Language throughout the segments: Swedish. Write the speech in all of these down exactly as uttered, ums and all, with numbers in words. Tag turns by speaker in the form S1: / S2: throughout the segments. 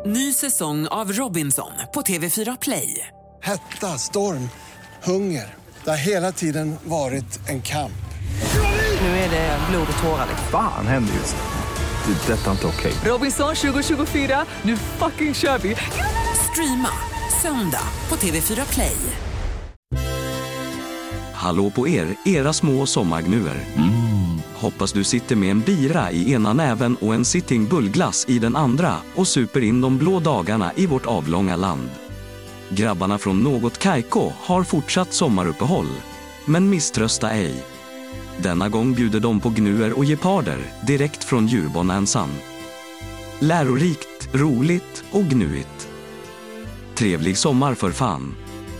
S1: Ny säsong av Robinson på T V fyra Play.
S2: Hetta, storm, hunger. Det har hela tiden varit en kamp.
S1: Nu är det blod och tårar.
S3: Fan händer just det. Det är detta inte okej.
S1: Robinson tjugo tjugofyra, nu fucking kör vi. Streama söndag på T V fyra Play.
S4: Hallå på er, era små sommargnuer. Mm. Hoppas du sitter med en bira i ena näven och en sitting bullglass i den andra och super in de blå dagarna i vårt avlånga land. Grabbarna från Något Kaiko har fortsatt sommaruppehåll, men misströsta ej. Denna gång bjuder de på gnuer och geparder direkt från djurbonanzan. Lärorikt, roligt och gnuigt. Trevlig sommar för fan.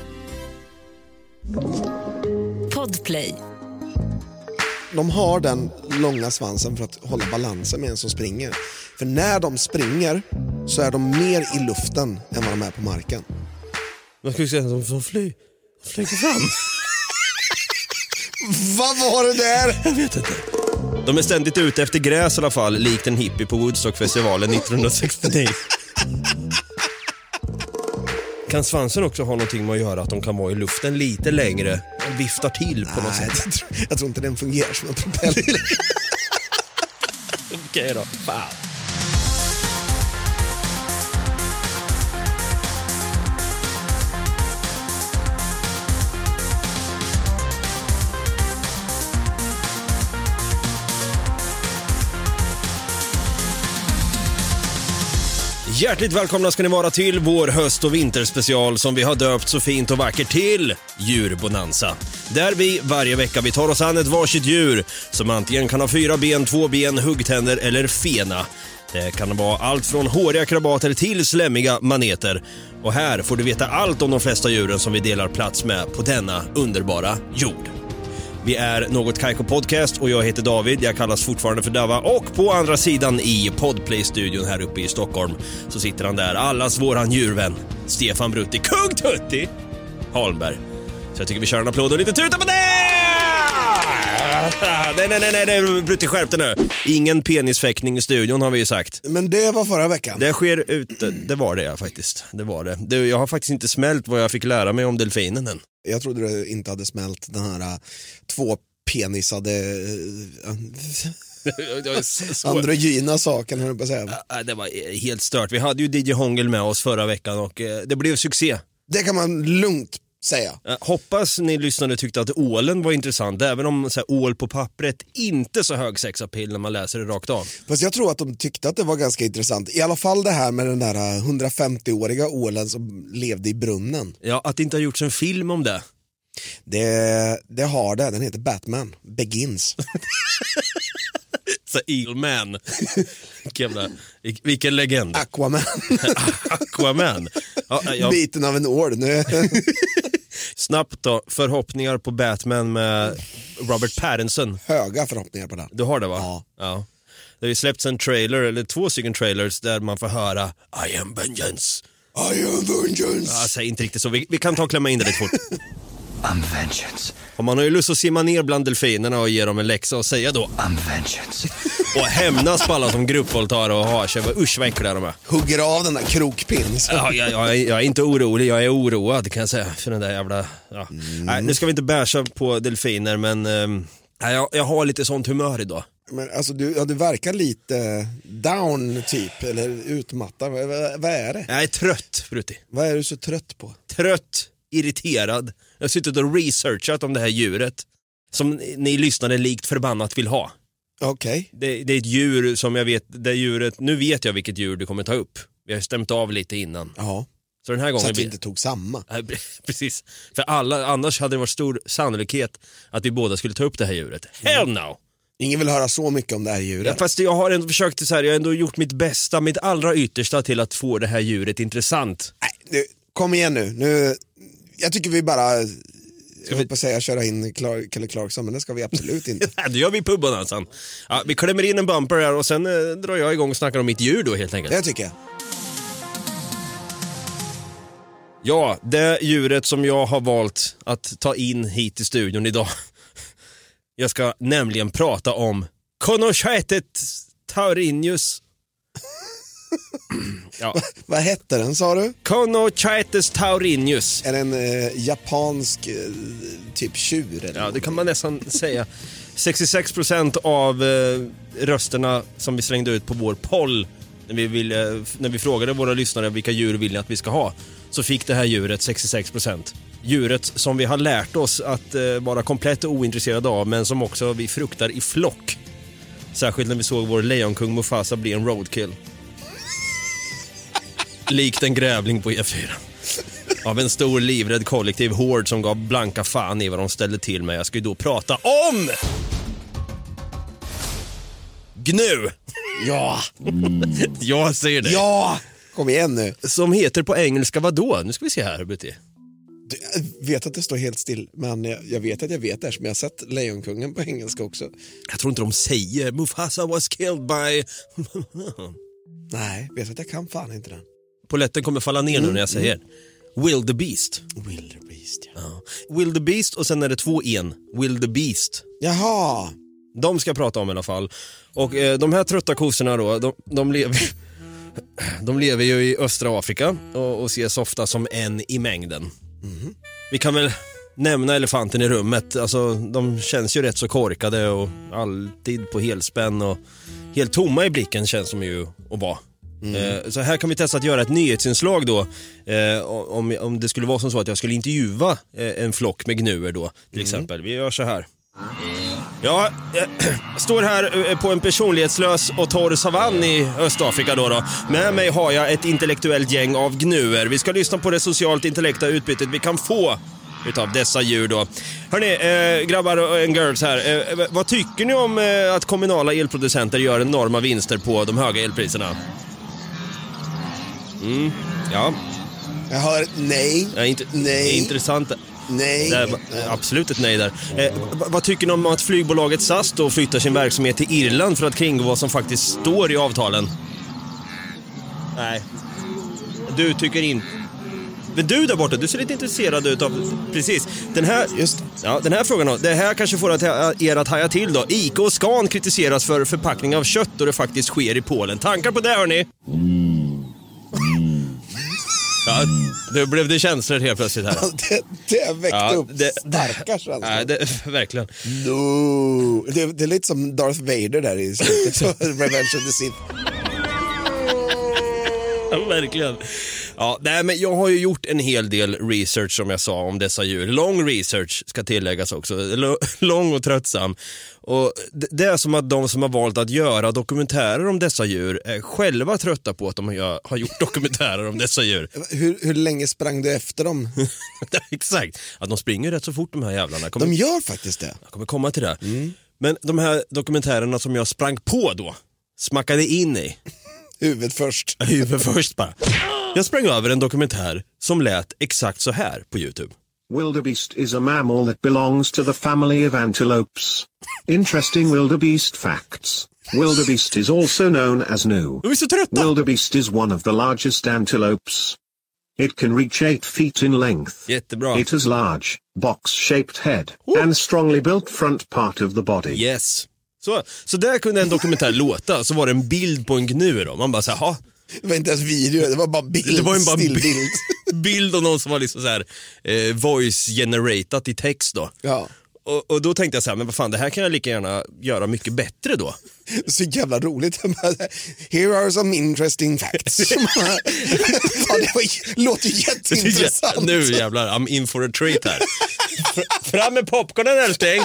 S1: Podplay.
S2: De har den långa svansen för att hålla balansen med en som springer. För när de springer så är de mer i luften än vad de är på marken.
S5: Man skulle säga att de flyger fly fram.
S2: Vad var det där?
S5: Jag vet inte. De är ständigt ute efter gräs i alla fall, likt en hippie på Woodstockfestivalen nittonhundrasextionio. Kan svansen också ha någonting med att göra att de kan vara i luften lite längre och viftar till på något
S2: Nej,
S5: sätt?
S2: Jag tror, jag tror inte den fungerar som en propeller.
S5: Okej okay då, fan. Hjärtligt välkomna ska ni vara till vår höst- och vinterspecial som vi har döpt så fint och vackert till Djurbonanza. Där vi varje vecka vi tar oss an ett varsitt djur som antingen kan ha fyra ben, två ben, huggtänder eller fena. Det kan vara allt från håriga krabater till slämmiga maneter. Och här får du veta allt om de flesta djuren som vi delar plats med på denna underbara jord. Vi är Något Kaiko Podcast och jag heter David, jag kallas fortfarande för Dava. Och på andra sidan i Podplay-studion här uppe i Stockholm så sitter han där, allas våran djurvän, Stefan Brutti, Kung Tutti Holmberg. Så jag tycker vi kör en applåd och lite tuta på det! Nej, nej, nej, nej, Brutti skärpte nu. Ingen penisfäktning i studion har vi ju sagt.
S2: Men det var förra veckan.
S5: Det sker ute, det var det ja, faktiskt. Det var det. det. Jag har faktiskt inte smält vad jag fick lära mig om delfinen än.
S2: Jag trodde det inte hade smält den här uh, två penisade uh, androgyna saken, höll jag på att säga.
S5: Ja, det var helt stört. Vi hade ju D J Hångel med oss förra veckan och uh, det blev succé.
S2: Det kan man lugnt säga.
S5: Uh, hoppas ni lyssnare tyckte att ålen var intressant, även om så här, ål på pappret inte så hög sexapil när man läser det rakt av.
S2: Fast jag tror att de tyckte att det var ganska intressant. I alla fall det här med den där hundrafemtio-åriga ålen som levde i brunnen.
S5: Ja, att det inte har gjorts en film om det.
S2: Det, det har det. Den heter Batman Begins.
S5: Så Eelman. Vilken, vilken legend.
S2: Aquaman.
S5: Aquaman. Ja, jag...
S2: Biten av en ål nu.
S5: Snabbt då, förhoppningar på Batman med Robert Pattinson.
S2: Höga förhoppningar på det.
S5: Du har det va?
S2: Ja.
S5: Ja. Det har ju släppts en trailer, eller två stycken trailers där man får höra I am vengeance.
S2: I am vengeance.
S5: Ja, säg inte riktigt så. Vi, vi kan ta och klämma in det lite fort.
S3: I'm vengeance.
S5: Och man har ju lust att simma ner bland delfinerna och ge dem en läxa och säga då
S3: I'm vengeance.
S5: och hämnas på alla som gruppvåldtar och har sig. Usch vad äckliga de är.
S2: Hugger av den där krokpinnen.
S5: Ja, jag, jag, jag är inte orolig, jag är oroad kan jag säga. För den där jävla... Ja. Mm. Nej, nu ska vi inte bärsa på delfiner, men um, jag, jag har lite sånt humör idag.
S2: Men alltså du, ja, du verkar lite down typ, eller utmattad. Vad, vad, vad är det?
S5: Jag är trött, Brutti.
S2: Vad är du så trött på?
S5: Trött, irriterad. Jag har suttit och researchat om det här djuret som ni lyssnare likt förbannat vill ha.
S2: Okej.
S5: Okay. Det, det är ett djur som jag vet, det djuret, nu vet jag vilket djur du kommer ta upp. Vi har stämt av lite innan.
S2: Ja.
S5: Så den här gången
S2: så att vi inte tog samma.
S5: Precis. För alla, annars hade det varit stor sannolikhet att vi båda skulle ta upp det här djuret. Hell no!
S2: Ingen vill höra så mycket om det här djuret.
S5: Ja, fast jag har ändå försökt så här, jag har ändå gjort mitt bästa, mitt allra yttersta till att få det här djuret intressant.
S2: Nej, nu, kom igen nu. nu. Jag tycker vi bara, jag vill på säga köra in Clark, Kelly Clarkson, men det ska vi absolut inte.
S5: Det gör vi i puben alltså. Ja, vi klämmer in en bumper här och sen eh, drar jag igång och snackar om mitt djur då helt enkelt.
S2: Det tycker jag.
S5: Ja, det djuret som jag har valt att ta in hit i studion idag. Jag ska nämligen prata om Conochetet taurinius. Ja.
S2: Vad hette den, sa du?
S5: Conochitis taurinius.
S2: Är det en eh, japansk eh, typ tjur? Eller
S5: Ja, det kan man nästan säga. sextiosex procent av eh, rösterna som vi slängde ut på vår poll när vi, ville, när vi frågade våra lyssnare vilka djur vill ni att vi ska ha, så fick det här djuret sextiosex procent. Djuret som vi har lärt oss att eh, vara komplett ointresserade av, men som också vi fruktar i flock. Särskilt när vi såg vår lejonkung Mufasa bli en roadkill. Likt en grävling på E fyra. Av en stor livrädd kollektiv hård som gav blanka fan i vad de ställde till med. Jag ska ju då prata om gnu.
S2: Ja!
S5: Jag säger det.
S2: Ja! Kom igen nu.
S5: Som heter på engelska vadå? Nu ska vi se här, Butti.
S2: Du, jag vet att det står helt still, men jag, jag vet att jag vet det, som jag har sett Lejonkungen på engelska också.
S5: Jag tror inte de säger Mufasa was killed by...
S2: Nej, vet att jag kan fan inte den.
S5: Poletten kommer falla ner nu när jag säger Wildebeest.
S2: Wildebeest, ja.
S5: Ja. Wildebeest, och sen är det två en. Wildebeest.
S2: Jaha!
S5: De ska jag prata om i alla fall. Och eh, de här trötta kossorna då, de, de lever... De lever ju i östra Afrika och, och ses ofta som en i mängden. Mm. Vi kan väl nämna elefanten i rummet. Alltså, de känns ju rätt så korkade och alltid på helspänn och helt tomma i blicken känns de ju att vara. Mm. Eh, så här kan vi testa att göra ett nyhetsinslag då. Eh, om, om det skulle vara som så att jag skulle intervjua eh, en flock med gnuer då, till mm. exempel. Vi gör så här. Ja, jag står här på en personlighetslös och torr savann i Östafrika då, då. Med mig har jag ett intellektuellt gäng av gnuer. Vi ska lyssna på det socialt intellekta utbytet vi kan få utav dessa djur då. Hörrni, eh, grabbar och girls här, eh, vad tycker ni om eh, att kommunala elproducenter gör enorma vinster på de höga elpriserna? Mm, ja.
S2: Jag hör nej.
S5: Ja, inte,
S2: nej.
S5: Intressant.
S2: Nej.
S5: Där, absolut ett nej där. Eh, vad tycker ni om att flygbolaget S A S då flyttar sin verksamhet till Irland för att kringgå vad som faktiskt står i avtalen? Nej. Du tycker inte. Men du där borta, du ser lite intresserad ut av... Precis. Den här, just, ja, den här frågan då. Det här kanske får att, er att haja till då. ICA och Scan kritiseras för förpackning av kött då det faktiskt sker i Polen. Tankar på det, hörni? Mm. Ja, det blev det känslor helt plötsligt här.
S2: det, det väckte
S5: ja,
S2: upp
S5: det,
S2: starka känslor.
S5: Nej, det, verkligen.
S2: No. Det, det är lite som Darth Vader där i slutet. Revenge of the Sith.
S5: Ja, verkligen. Ja, nej, men jag har ju gjort en hel del research som jag sa om dessa djur. Lång research ska tilläggas också. Lång och tröttsam. Och det är som att de som har valt att göra dokumentärer om dessa djur är själva trötta på att de har gjort dokumentärer om dessa djur.
S2: Hur, hur länge sprang du efter dem?
S5: Exakt. Att de springer rätt så fort, de här jävlarna. Kommer,
S2: de gör faktiskt det.
S5: Jag kommer komma till det. Mm. Men de här dokumentärerna som jag sprang på då, smackade in i.
S2: Huvud först.
S5: Huvud först bara. Jag sprang över en dokumentär som lät exakt så här på YouTube.
S6: Wildebeest is a mammal that belongs to the family of antelopes. Interesting wildebeest facts. Wildebeest is also known as gnu.
S5: De är så trötta.
S6: Wildebeest is one of the largest antelopes. It can reach eight feet in length.
S5: Jättebra.
S6: It has large, box-shaped head
S5: oh.
S6: and strongly built front part of the body.
S5: Yes. Så, så där kunde en dokumentär låta. Så var det en bild på en gnu då. Man bara så här, ha.
S2: Det var inte ens video, det var bara bild.
S5: Det var en bara
S2: bild.
S5: bild av någon som var liksom så här eh, voice generated i text då.
S2: Ja.
S5: Och, och då tänkte jag så här, men vad fan, det här kan jag lika gärna göra mycket bättre då.
S2: Så jävla roligt. Here are some interesting facts. Ja, det var, låter ju jätteintressant.
S5: Nu jävlar, I'm in for a treat här. Fram med popcornen, älskling.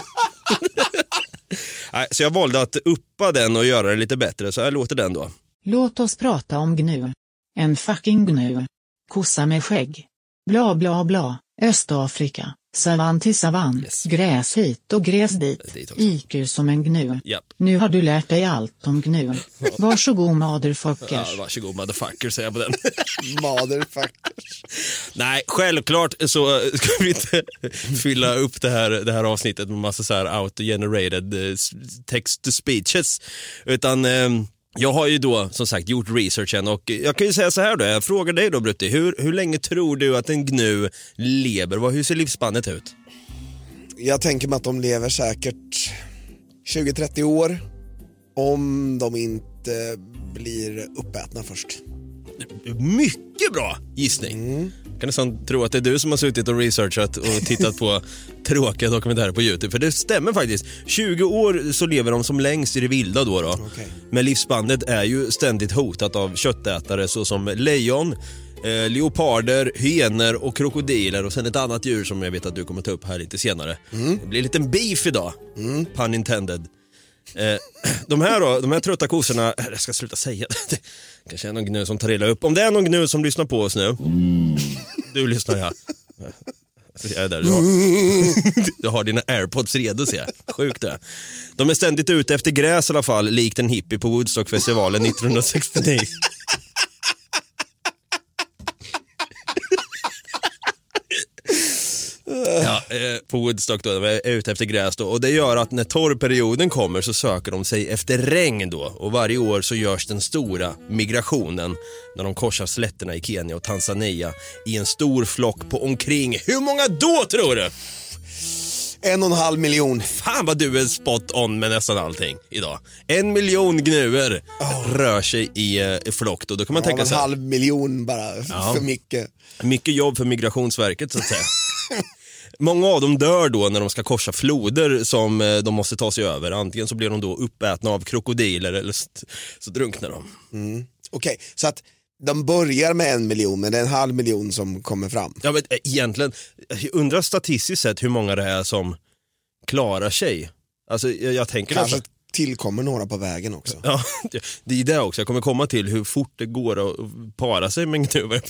S5: Nej, så jag valde att uppa den och göra det lite bättre, så här låter den då.
S7: Låt oss prata om gnu. En fucking gnu. Kossa med skägg. Bla bla bla. Östafrika. Savann till savann. Yes. Gräs hit och gräs dit. I Q som en gnu.
S5: Yep.
S7: Nu har du lärt dig allt om gnu. Varsågod motherfuckers.
S5: Ja, varsågod motherfuckers, säger jag på den.
S2: Motherfuckers.
S5: Nej, självklart så ska vi inte fylla upp det här, det här avsnittet med massa så här auto-generated text to speeches. Utan... Eh, jag har ju då som sagt gjort researchen och jag kan ju säga så här då, jag frågar dig då Brutti, hur, hur länge tror du att en gnu lever? Vad, hur ser livsspannet ut?
S2: Jag tänker mig att de lever säkert tjugo till trettio år om de inte inte blir uppätna först.
S5: Mycket bra gissning. Mm. Kan nästan tro att det är du som har suttit och researchat och tittat på tråkiga dokumentärer på YouTube. För det stämmer faktiskt. tjugo år så lever de som längst i det vilda då. då.
S2: Okay.
S5: Men livsbandet är ju ständigt hotat av köttätare såsom lejon, eh, leoparder, hyenor och krokodiler. Och sen ett annat djur som jag vet att du kommer ta upp här lite senare. Mm. Det blir en liten beef idag. Mm. Pun intended. Eh, de här då, de här trötta kossorna, jag ska sluta säga det. Kanske är någon gnu som tar illa upp. Om det är någon gnu som lyssnar på oss nu. Mm. Du lyssnar, ja. Jag är där, du, har, du har dina AirPods redo, ser jag. Sjukt det. De är ständigt ute efter gräs i alla fall, likt en hippie på Woodstock-festivalen nittonhundrasextionio. Ja, eh, på Woodstock då, de är ute efter gräs då. Och det gör att när torrperioden kommer så söker de sig efter regn då. Och varje år så görs den stora migrationen när de korsar slätterna i Kenya och Tanzania i en stor flock på omkring, hur många då tror du?
S2: En och en halv miljon.
S5: Fan vad du är spot on med nästan allting idag. En miljon gnuer oh. rör sig i uh, flock då. Då kan man
S2: ja,
S5: tänka
S2: en
S5: sig
S2: halv miljon bara, ja. För mycket.
S5: Mycket jobb för Migrationsverket så att säga. Många av dem dör då när de ska korsa floder som de måste ta sig över. Antingen så blir de då uppätna av krokodiler eller så drunknar de.
S2: Mm. Okej, okay, så att de börjar med en miljon, men det är en halv miljon som kommer fram.
S5: Ja, men egentligen, jag undrar statistiskt sett hur många det är som klarar sig. Alltså, jag, jag tänker
S2: kanske
S5: nästan...
S2: tillkommer några på vägen också.
S5: Ja, det är det också. Jag kommer komma till hur fort det går att para sig med en gnuver.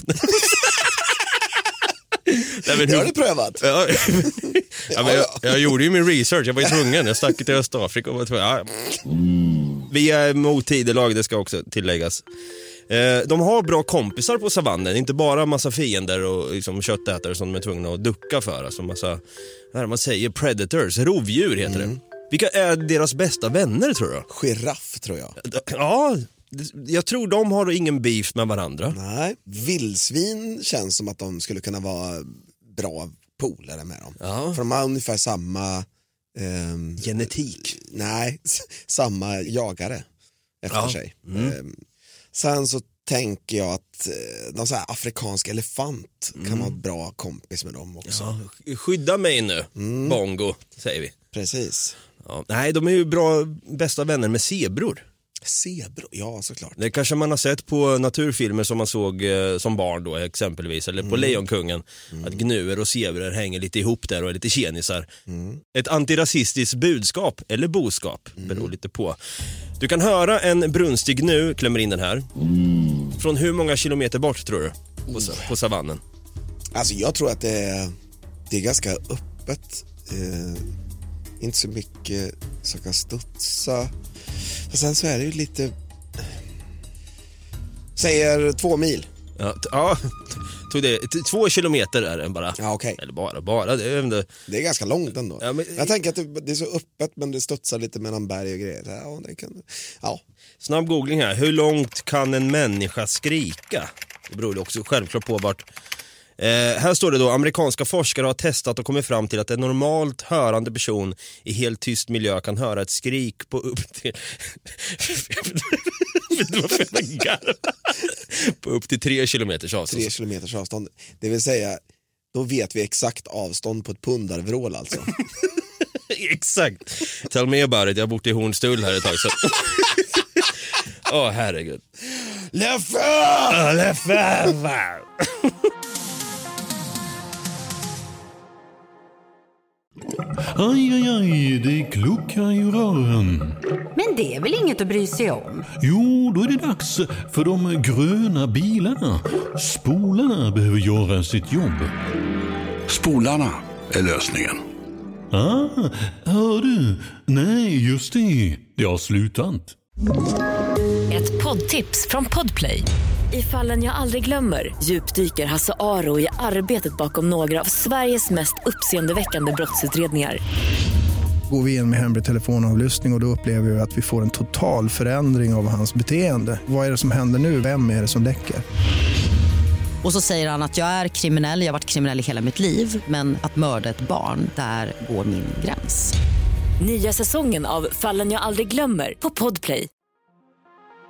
S2: Nej, men hur... har du prövat?
S5: Ja, ja, men jag, jag gjorde ju min research. Jag var ju tvungen. Jag stack till Östafrika och var tvungen. Ja. Vi är mot tidelag, det ska också tilläggas. Eh, de har bra kompisar på savannen. Inte bara massa fiender och liksom, köttätare som de är tvungna att ducka för. Alltså massa, vad man säger, predators, rovdjur heter mm. det. Vilka är deras bästa vänner tror du?
S2: Giraff tror jag.
S5: Ja, jag tror de har ingen beef med varandra.
S2: Nej, vildsvin känns som att de skulle kunna vara bra polare med dem.
S5: Ja.
S2: För de har ungefär samma... Ehm,
S5: genetik.
S2: Nej, samma jagare efter
S5: ja.
S2: sig.
S5: Mm.
S2: Ehm, sen så tänker jag att eh, någon sån här afrikansk elefant mm. kan vara ett bra kompis med dem också.
S5: Ja. Skydda mig nu, mm. Bongo, säger vi.
S2: Precis.
S5: Ja. Nej, de är ju bra bästa vänner med zebror.
S2: Zebror, ja såklart.
S5: Det kanske man har sett på naturfilmer som man såg eh, som barn då exempelvis. Eller på mm. Lejonkungen. Mm. Att gnuer och zebror hänger lite ihop där och är lite tjenisar. Mm. Ett antirasistiskt budskap eller boskap mm. beror lite på. Du kan höra en brunstig gnu, klämmer in den här. Mm. Från hur många kilometer bort tror du? På, på savannen.
S2: Alltså jag tror att det är, det är ganska öppet. Eh, inte så mycket som kan studsa. Och sen så är det ju lite... Säger två mil.
S5: Ja, t- ja tog det, t- två kilometer är det bara.
S2: Ja, okej.
S5: Eller bara, bara. Det är, det...
S2: det är ganska långt ändå.
S5: Ja, men...
S2: Jag tänker att det, det är så öppet men det studsar lite mellan berg och grejer. Ja, det kan... ja.
S5: Snabb googling här. Hur långt kan en människa skrika? Det beror ju också självklart på vart... Eh, här står det då, amerikanska forskare har testat och kommit fram till att en normalt hörande person i helt tyst miljö kan höra ett skrik på upp till på upp till tre kilometers avstånd.
S2: Tre kilometers avstånd. Det vill säga, då vet vi exakt avstånd på ett pundarvrål alltså.
S5: Exakt. Tell me about it, jag har bort i Hornstull här ett tag så. Åh oh, herregud.
S2: Leffe!
S5: Oh, Leffe!
S8: Aj, aj, aj, det kluckar i rören.
S9: Men det är väl inget att bry sig om?
S8: Jo, då är det dags för de gröna bilarna. Spolarna behöver göra sitt jobb.
S10: Spolarna är lösningen.
S8: Ah, hör du? Nej, just det. Det har slutat.
S11: Ett poddtips från Podplay. I Fallen jag aldrig glömmer djupdyker Hasse Aro i arbetet bakom några av Sveriges mest uppseendeväckande brottsutredningar.
S12: Går vi in med hemlig telefonavlyssning och, och då upplever vi att vi får en total förändring av hans beteende. Vad är det som händer nu? Vem är det som läcker?
S13: Och så säger han att jag är kriminell, jag har varit kriminell i hela mitt liv. Men att mörda ett barn, där går min gräns.
S11: Nya säsongen av Fallen jag aldrig glömmer på Podplay.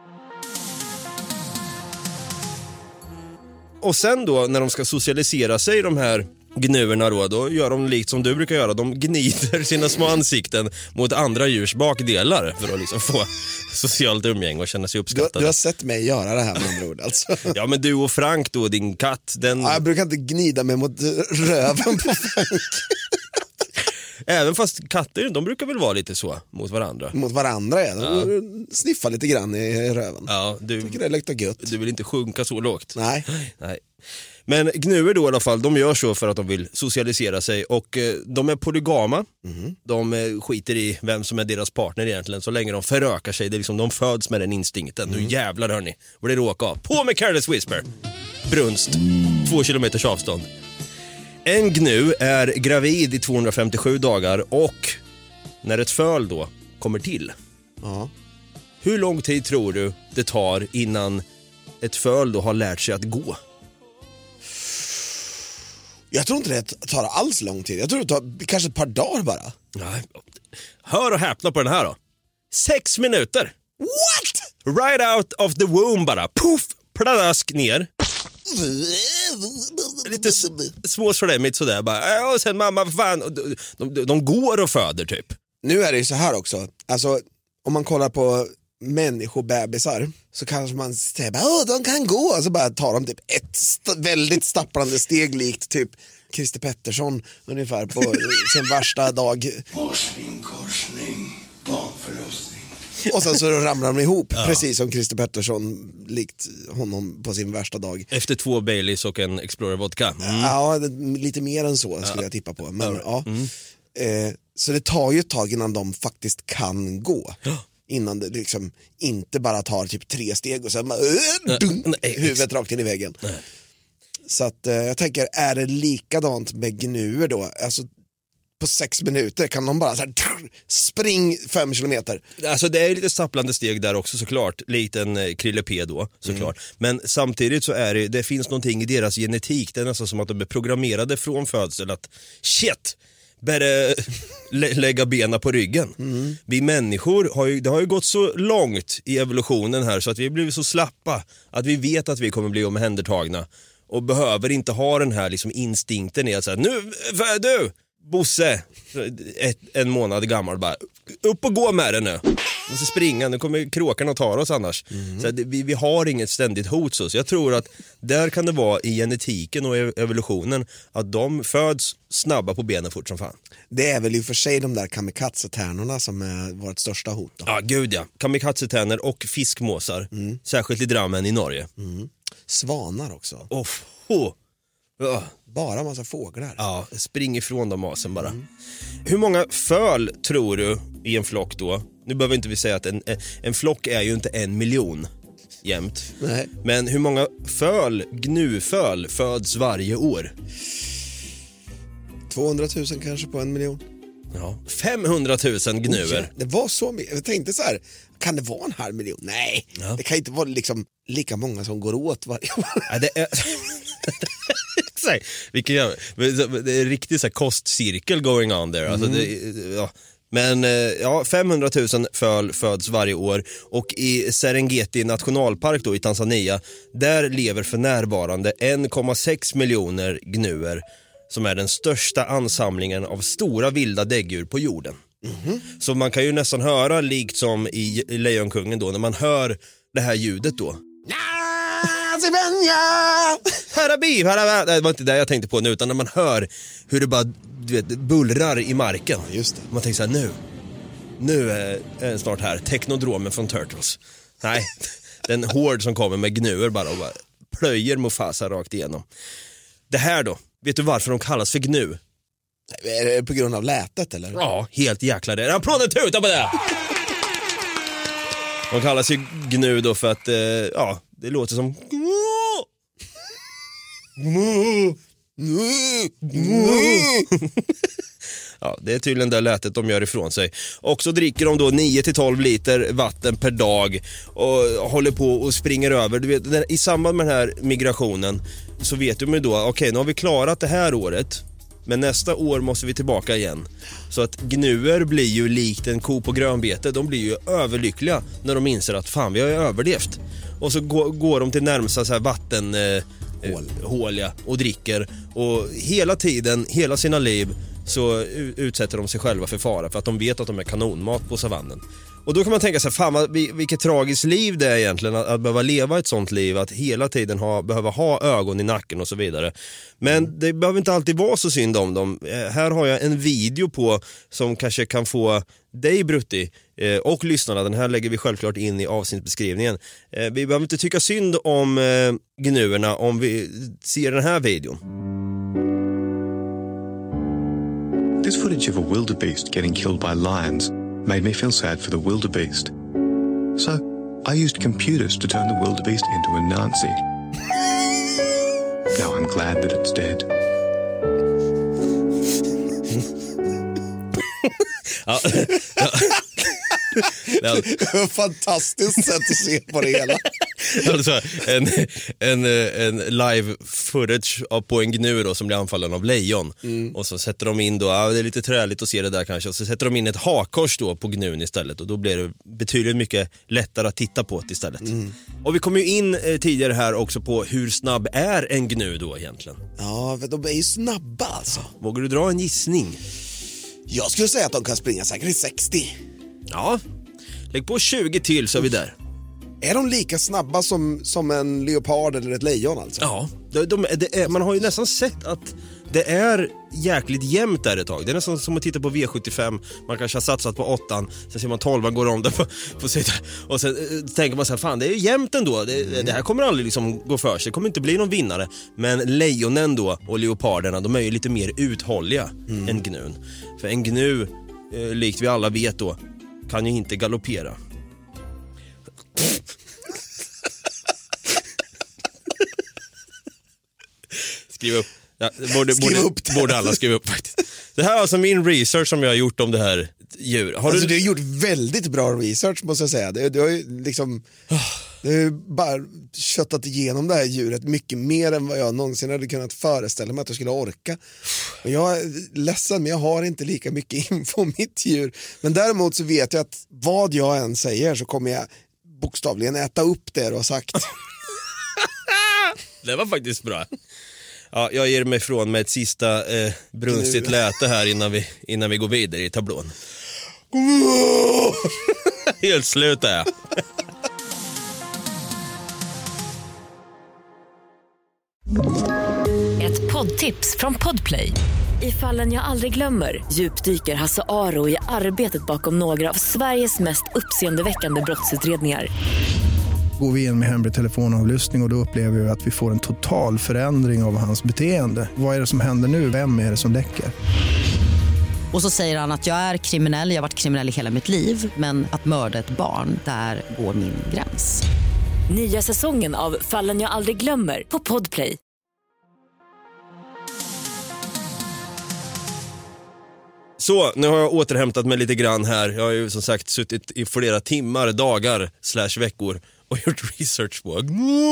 S5: Och sen då när de ska socialisera sig, de här gnuerna då, då gör de likt som du brukar göra. De gnider sina små ansikten mot andra djurs bakdelar för att liksom få socialt umgänge och känna sig uppskattade.
S2: Du, du har sett mig göra det här med andra ord alltså.
S5: Ja, men du och Frank då, din katt, den...
S2: Ja, jag brukar inte gnida mig mot röven på Frank.
S5: Även fast katter, de brukar väl vara lite så mot varandra.
S2: Mot varandra, ja. De
S5: Ja.
S2: sniffar lite grann i röven.
S5: Ja, du,
S2: tycker det luktar gött.
S5: Du vill inte sjunka så lågt.
S2: Nej.
S5: Nej. Men gnuer då i alla fall, de gör så för att de vill socialisera sig. Och eh, de är polygama.
S2: Mm.
S5: De eh, skiter i vem som är deras partner egentligen, så länge de förökar sig. Det är liksom, de föds med den instinkten.
S2: Mm.
S5: Nu jävlar hörni, vad det råkar av. På med Careless Whisper. Brunst, två kilometers avstånd. En gnu är gravid i tvåhundrafemtiosju dagar och när ett föl då kommer till.
S2: Ja.
S5: Hur lång tid tror du det tar innan ett föl då har lärt sig att gå?
S2: Jag tror inte det tar alls lång tid. Jag tror det tar kanske ett par dagar bara.
S5: Nej. Hör och häpna på den här då. Sex minuter.
S2: What?
S5: Right out of the womb bara. Puff, pladask ner. Lite s- småslemmigt sådär bara. Och sen mamma, vad fan. De, de, de går och föder typ.
S2: Nu är det ju så här också. Alltså, om man kollar på människobebisar så kanske man säger att de kan gå. Och så bara tar de typ ett st- väldigt stapplande steg likt typ Christer Pettersson ungefär på sin värsta dag.
S10: Korsning, korsning, barnförlossning.
S2: Och sen så ramlar de ihop,
S5: Ja.
S2: precis som Christer Pettersson likt honom på sin värsta dag.
S5: Efter två Baileys och en Explorer vodka. Mm.
S2: Ja, det- lite mer än så skulle
S5: Ja.
S2: jag tippa på. Men,
S5: Ja.
S2: ja.
S5: Mm.
S2: Eh, så det tar ju ett tag innan de faktiskt kan gå. Innan det liksom inte bara tar typ tre steg och sen bara, äh, dunk,
S5: Nej.
S2: huvudet rakt in i väggen.
S5: Nej.
S2: Så att eh, jag tänker, är det likadant med gnuer då? Alltså på sex minuter kan de bara så här, trrr, spring fem kilometer.
S5: Alltså det är lite stapplande steg där också såklart. Lite en eh, krille då såklart. Mm. Men samtidigt så är det, det finns någonting i deras genetik. Det är nästan som att de är programmerade från födsel att shit, börja lä- lägga bena på ryggen.
S2: Mm.
S5: Vi människor har ju, det har ju gått så långt i evolutionen här så att vi har blivit så slappa att vi vet att vi kommer bli omhändertagna och behöver inte ha den här liksom instinkten i att säga, nu, du, Bosse, ett, en månad gammal, bara upp och gå med det nu. Måste springa, nu kommer kråkarna att ta oss annars. Mm. Så att vi, vi har inget ständigt hot så. Så jag tror att där kan det vara i genetiken och evolutionen att de föds snabba på benen fort som fan.
S2: Det är väl i och för sig de där kamikaze-tärnorna som är vårt största hot då.
S5: Ja, gud ja. Kamikaze-tärnor och fiskmåsar. Mm. Särskilt i Drammen i Norge.
S2: Mm. Svanar också.
S5: Oh, oh. Oh.
S2: Bara massa fåglar.
S5: Ja, spring ifrån de masen bara. Mm. Hur många föl tror du i en flock då? Nu behöver inte vi säga att en, en flock är ju inte en miljon jämt.
S2: Nej.
S5: Men hur många föl, gnuföl, föds varje år?
S2: tvåhundratusen kanske på en miljon.
S5: Ja, femhundratusen gnuer.
S2: Oh, det var så mycket. Jag tänkte så här, kan det vara en halv miljon? Nej, ja. Det kan inte vara liksom lika många som går åt varje år.
S5: Ja, det är... Exakt. Vilket jag... Det är riktigt så här kostcirkel going on there. Alltså, mm. det, ja. Men ja, femhundratusen föl föds varje år och i Serengeti nationalpark då i Tanzania, där lever för närvarande en komma sex miljoner gnuer som är den största ansamlingen av stora vilda däggdjur på jorden. Mm-hmm. Så man kan ju nästan höra likt som i Lejonkungen då, när man hör det här ljudet då. Harabi, harabi. Det var inte det jag tänkte på nu, utan när man hör hur det bara, du vet, bullrar i marken.
S2: Just det.
S5: Man tänker så här, nu nu är det snart här, teknodromen från Turtles. Nej, den hård som kommer med gnuer bara och bara plöjer Mufasa rakt igenom. Det här då, vet du varför de kallas för gnu?
S2: Är det på grund av lätet eller?
S5: Ja, helt jäkla det. Applåden tuta på det! De kallas ju gnu då för att, eh, ja, det låter som... Ja, det är tydligen det lätet de gör ifrån sig. Och så dricker de då nio till tolv liter vatten per dag och håller på och springer över. Du vet, i samband med den här migrationen så vet de ju då, okej, okay, nu har vi klarat det här året, men nästa år måste vi tillbaka igen. Så att gnuer blir ju likt en ko på grönbete. De blir ju överlyckliga när de inser att fan, vi har ju överlevt. Och så går, går de till närmsta så här vatten... Eh,
S2: Hål.
S5: eh, hål ja, och dricker. Och hela tiden, hela sina liv så utsätter de sig själva för fara för att de vet att de är kanonmat på savannen. Och då kan man tänka sig, fan vad, vilket tragiskt liv det är egentligen att, att behöva leva ett sånt liv, att hela tiden ha, behöva ha ögon i nacken och så vidare. Men det behöver inte alltid vara så synd om dem. Eh, här har jag en video på som kanske kan få dig, Brutti, eh, och lyssnarna. Den här lägger vi självklart in i avsnittsbeskrivningen. Eh, vi behöver inte tycka synd om eh, gnuerna om vi ser den här videon.
S14: This footage of a wildebeest getting killed by lions made me feel sad for the wildebeest. So, I used computers to turn the wildebeest into a Nazi. Now I'm glad that it's dead.
S5: Ja. Ja.
S2: Fantastiskt sätt att se på det hela.
S5: Alltså, en, en, en live footage på en gnu då, som blir anfallen av lejon. Mm. Och så sätter de in då, ja, det är lite träligt att se det där kanske. Och så sätter de in ett hakkors då på gnun istället. Och då blir det betydligt mycket lättare att titta på det istället. Mm. Och vi kom ju in eh, tidigare här också på hur snabb är en gnu då egentligen.
S2: Ja, för de är ju snabba alltså.
S5: Vågar du dra en gissning?
S2: Jag skulle säga att de kan springa säkert i sextio.
S5: Ja, lägg på tjugo till så är vi där.
S2: Är de lika snabba som, som en leopard eller ett lejon alltså?
S5: Ja, de, de, det är, man har ju nästan sett att det är jäkligt jämnt där ett tag. Det är nästan som att titta på V sjuttiofem. Man kanske har satsat på åttan, sen ser man tolvan går om där på, på sidan. Och sen äh, tänker man så här, fan det är ju jämnt ändå. Det, mm. det här kommer aldrig liksom gå för sig. Det kommer inte bli någon vinnare. Men lejonen då och leoparderna, de är ju lite mer uthålliga mm. än gnun. För en gnu, eh, likt vi alla vet då, kan ju inte galoppera. Skriv upp. Ja, borde,
S2: skriv
S5: borde,
S2: upp det.
S5: Borde alla skriva upp faktiskt. Det här är alltså min research som jag har gjort om det här djur. Har
S2: alltså,
S5: du...
S2: du har gjort väldigt bra research måste jag säga. Du, du har ju liksom du har ju bara köttat igenom det här djuret mycket mer än vad jag någonsin hade kunnat föreställa mig att jag skulle orka. Och jag är ledsen, men jag har inte lika mycket info om mitt djur. Men däremot så vet jag att vad jag än säger så kommer jag bokstavligen äta upp det du har sagt.
S5: Det var faktiskt bra. Ja, jag ger mig ifrån med ett sista eh, brunstigt läte här innan vi, innan vi går vidare i tablån. Helt slut är jag.
S11: Ett poddtips från Podplay. I Fallen jag aldrig glömmer djupdyker Hasse Aro i arbetet bakom några av Sveriges mest uppseendeväckande brottsutredningar.
S12: Går vi in med hemlig telefonavlyssning och, och då upplever vi att vi får en total förändring av hans beteende. Vad är det som händer nu? Vem är det som läcker?
S13: Och så säger han att jag är kriminell, jag har varit kriminell i hela mitt liv. Men att mörda ett barn, där går min gräns.
S11: Nya säsongen av Fallen jag aldrig glömmer på Podplay.
S5: Så, nu har jag återhämtat mig lite grann här. Jag har ju som sagt suttit i flera timmar, dagar, slash veckor och gjort research på.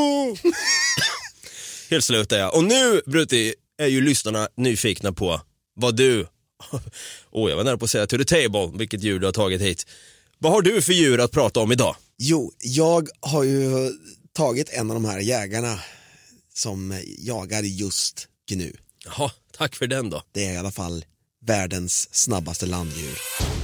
S5: Helt slut är jag. Och nu, Brutti, är ju lyssnarna nyfikna på vad du... Åh, oh, jag var nära på att säga to the table, vilket djur du har tagit hit. Vad har du för djur att prata om idag?
S2: Jo, jag har ju tagit en av de här jägarna som jagar just gnu.
S5: Jaha, tack för den då.
S2: Det är i alla fall världens snabbaste landdjur.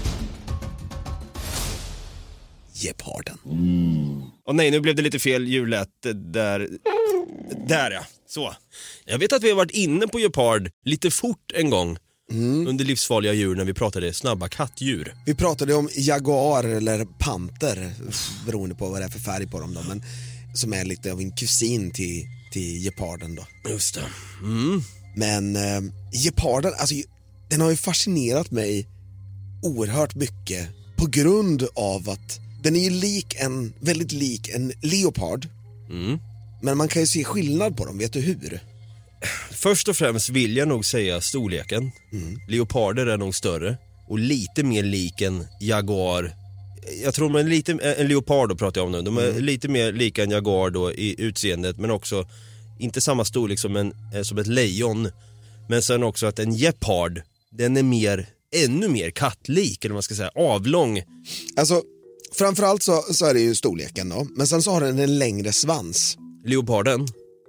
S2: Geparden.
S5: Mm. Och nej, nu blev det lite fel djurlät där. Där ja, så. Jag vet att vi har varit inne på gepard lite fort en gång. Mm. Under livsfarliga djur när vi pratade snabba kattdjur.
S2: Vi pratade om jaguar eller panter, beroende på vad det är för färg på dem då, men som är lite av en kusin till, till geparden då.
S5: Just det. Mm.
S2: Men eh, geparden, alltså den har ju fascinerat mig oerhört mycket på grund av att den är ju lik en, väldigt lik en leopard.
S5: Mm.
S2: Men man kan ju se skillnad på dem, vet du hur?
S5: Först och främst vill jag nog säga storleken. Mm. Leoparder är nog större och lite mer lik en jaguar. Jag tror man är lite, en leopard då pratar jag om nu. De är mm. lite mer lika en jaguar då i utseendet, men också inte samma storlek som, en, som ett lejon. Men sen också att en gepard, den är mer, ännu mer kattlik, eller vad man ska säga, avlång.
S2: Alltså, framförallt så, så är det ju storleken då. Men sen så har den en längre svans.
S5: Leoparden?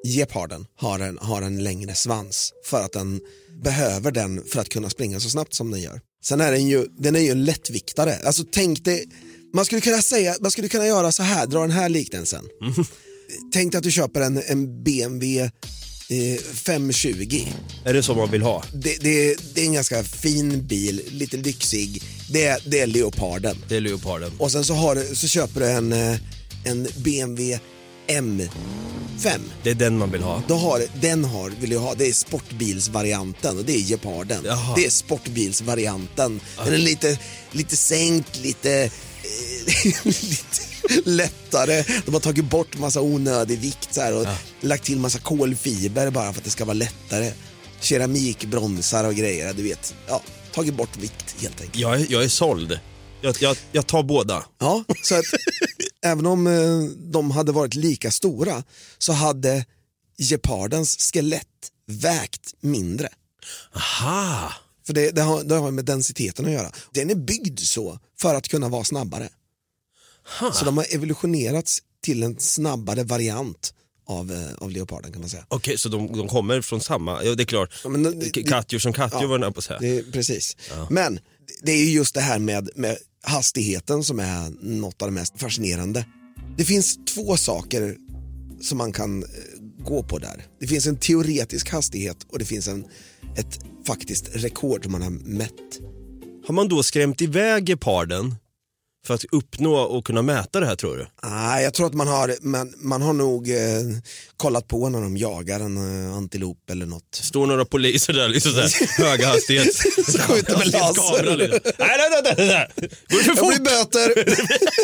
S2: geparden har en, har en längre svans för att den behöver den för att kunna springa så snabbt som den gör. Sen är den ju, den är ju en lättviktare. Alltså tänk dig, man skulle kunna säga, man skulle kunna göra så här, dra den här liknelsen. Mm. Tänk dig att du köper en, en B M W eh, femhundratjugo.
S5: Är det som man vill ha?
S2: Det, det, det är en ganska fin bil, lite lyxig. Det, det är Leoparden.
S5: Det är Leoparden.
S2: Och sen så, har du, så köper du en, en B M W M fem.
S5: Det är den man vill ha.
S2: Då har, den har, vill jag ha, det är sportbilsvarianten och det är geparden. Jaha. Det är sportbilsvarianten. Den är lite, lite sänkt, lite, eh, lite lättare. De har tagit bort massa onödig vikt så här, och ja. lagt till massa kolfiber bara för att det ska vara lättare. Keramikbromsar och grejer, du vet. Ja, tagit bort vikt helt enkelt.
S5: Jag är, jag är såld. Jag, jag, jag tar båda.
S2: Ja, så att även om eh, de hade varit lika stora så hade gepardens skelett vägt mindre.
S5: Aha!
S2: För det, det, har, det har med densiteten att göra. Den är byggd så för att kunna vara snabbare. Ha. Så de har evolutionerats till en snabbare variant av, eh, av leoparden kan man säga.
S5: Okej, okay, så de, de kommer från samma, ja det är klart, ja, men det, kattdjur som kattdjur ja, var den på att säga.
S2: Det, precis. Ja. Men det är ju just det här med, med hastigheten som är något av det mest fascinerande. Det finns två saker som man kan eh, gå på där. Det finns en teoretisk hastighet och det finns en, ett faktiskt rekord som man har mätt.
S5: Har man då skrämt iväg geparden för att uppnå och kunna mäta det här, tror du?
S2: Nej, jag tror att man har, man, man har nog eh, kollat på när de jagar en eh, antilop eller något.
S5: Står några poliser där, liksom såhär, höga hastighet.
S2: Skjuter med laser.
S5: Nej, nej, nej, nej, nej. Går det för fort?
S2: Jag blir böter.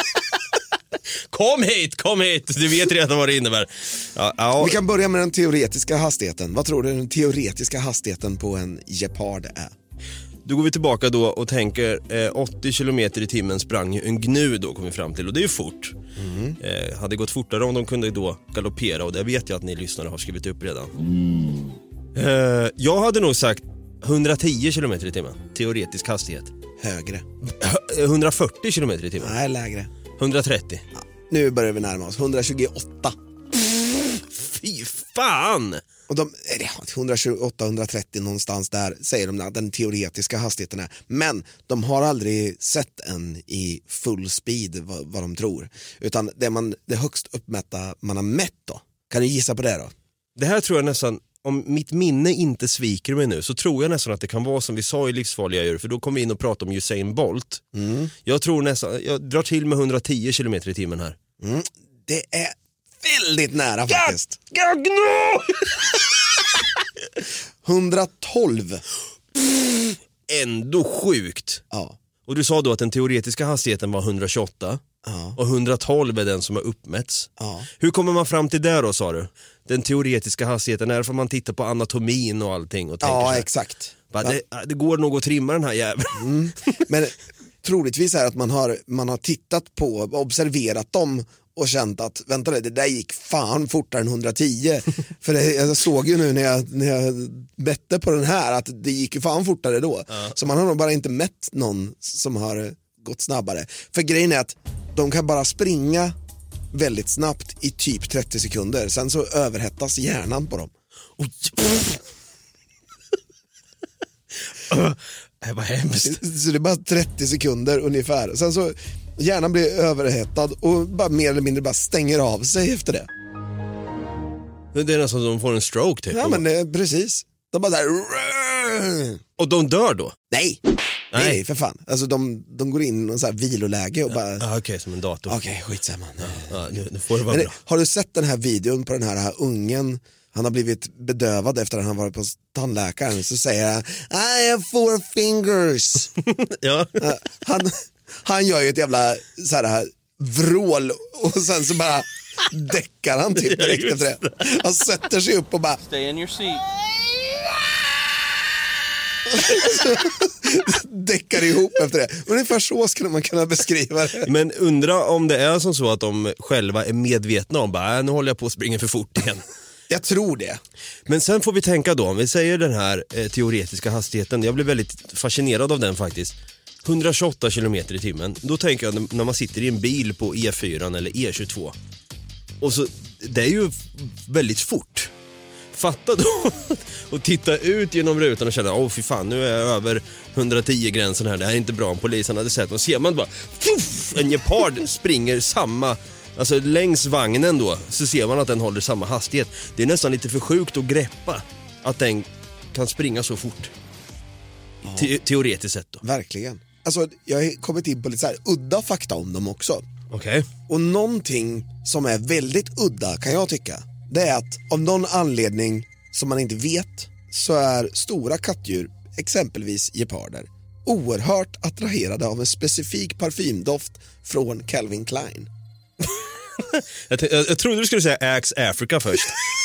S5: Kom hit, kom hit. Du vet redan vad det innebär. Ja, ja.
S2: Vi kan börja med den teoretiska hastigheten. Vad tror du den teoretiska hastigheten på en gepard är?
S5: Då går vi tillbaka då och tänker eh, åttio kilometer i timmen sprang ju en gnu då, kom vi fram till, och det är ju fort. Mm. Eh, hade gått fortare om de kunde då galoppera, och det vet jag att ni lyssnare har skrivit upp redan. Mm. Eh, jag hade nog sagt hundratio kilometer i timmen, teoretisk hastighet.
S2: Högre.
S5: hundrafyrtio kilometer i timmen.
S2: Nej, lägre.
S5: hundratrettio.
S2: Ja, nu börjar vi närma oss, hundratjugoåtta.
S5: Fy fan!
S2: Och de, hundratjugoåtta hundratrettio någonstans där säger de att den teoretiska hastigheten är. Men de har aldrig sett en i full speed vad, vad de tror. Utan det, man, det högst uppmätta man har mätt då. Kan du gissa på det då?
S5: Det här tror jag nästan, om mitt minne inte sviker mig nu, så tror jag nästan att det kan vara som vi sa i Livsfarliga djur. För då kommer vi in och pratar om Usain Bolt. Mm. Jag tror nästan, jag drar till med hundratio kilometer i timmen här.
S2: Mm. Det är väldigt nära faktiskt.
S5: Gagno!
S2: hundratolv.
S5: Pff, ändå sjukt.
S2: Ja.
S5: Och du sa då att den teoretiska hastigheten var hundratjugoåtta. Ja. Och hundratolv är den som har uppmätts.
S2: Ja.
S5: Hur kommer man fram till det då, sa du? Den teoretiska hastigheten, är för man tittar på anatomin och allting och tänker
S2: ja,
S5: så här,
S2: exakt.
S5: Bara, det, det går nog att trimma den här jäveln.
S2: Mm. Men troligtvis är att man har, man har tittat på, observerat dem och känt att, vänta det där gick fan fortare än hundratio. För det, jag såg ju nu när jag, när jag bette på den här att det gick ju fan fortare då. Ja. Så man har nog bara inte mätt någon som har gått snabbare. För grejen är att de kan bara springa väldigt snabbt i typ trettio sekunder. Sen så överhettas hjärnan på dem.
S5: Oh. Det var hemskt.
S2: Så det är bara trettio sekunder ungefär. Sen så hjärnan blir överhettad och bara mer eller mindre bara stänger av sig efter det.
S5: Det är nästan som de får en stroke typ.
S2: Ja, men det, precis. De bara där.
S5: Och de dör då?
S2: Nej. Nej, Nej för fan. Alltså de, de går in i någon så här viloläge och bara...
S5: Ja, okej, okay, som en dator.
S2: Okej, okay, skitsamma.
S5: Ja, ja, nu, nu får det vara
S2: men,
S5: bra.
S2: Har du sett den här videon på den här, här ungen? Han har blivit bedövad efter att han varit på tandläkaren. Så säger han, I have four fingers.
S5: Ja.
S2: Han, han gör ju ett jävla så här, vrål och sen så bara däckar han typ direkt efter det. Han sätter sig upp och bara...
S15: Stay in your seat.
S2: Däckar ihop efter det. Ungefär så skulle man kunna beskriva det.
S5: Men undra om det är som så att de själva är medvetna om bara, nu håller jag på att springa för fort igen.
S2: Jag tror det.
S5: Men sen får vi tänka då, om vi säger den här eh, teoretiska hastigheten, jag blir väldigt fascinerad av den faktiskt. hundratjugoåtta kilometer i timmen. Då tänker jag när man sitter i en bil på E fyra eller E tjugotvå. Och så, det är ju väldigt fort. fatta då och titta ut genom rutan och känna, åh fy fan, nu är jag över hundratio gränsen här, det här är inte bra, om polisen hade sett. Och ser man bara, puff, en gepard springer samma, alltså längs vagnen då, så ser man att den håller samma hastighet. Det är nästan lite för sjukt att greppa att den kan springa så fort. Ja. Te- teoretiskt sett då.
S2: Verkligen. Alltså jag har kommit in på lite så här udda fakta om dem också.
S5: Okej. Okay.
S2: Och någonting som är väldigt udda kan jag tycka, det är att av någon anledning som man inte vet så är stora kattdjur, exempelvis geparder, oerhört attraherade av en specifik parfymdoft från Calvin Klein.
S5: jag, t- jag, jag trodde du skulle säga Axe Africa först.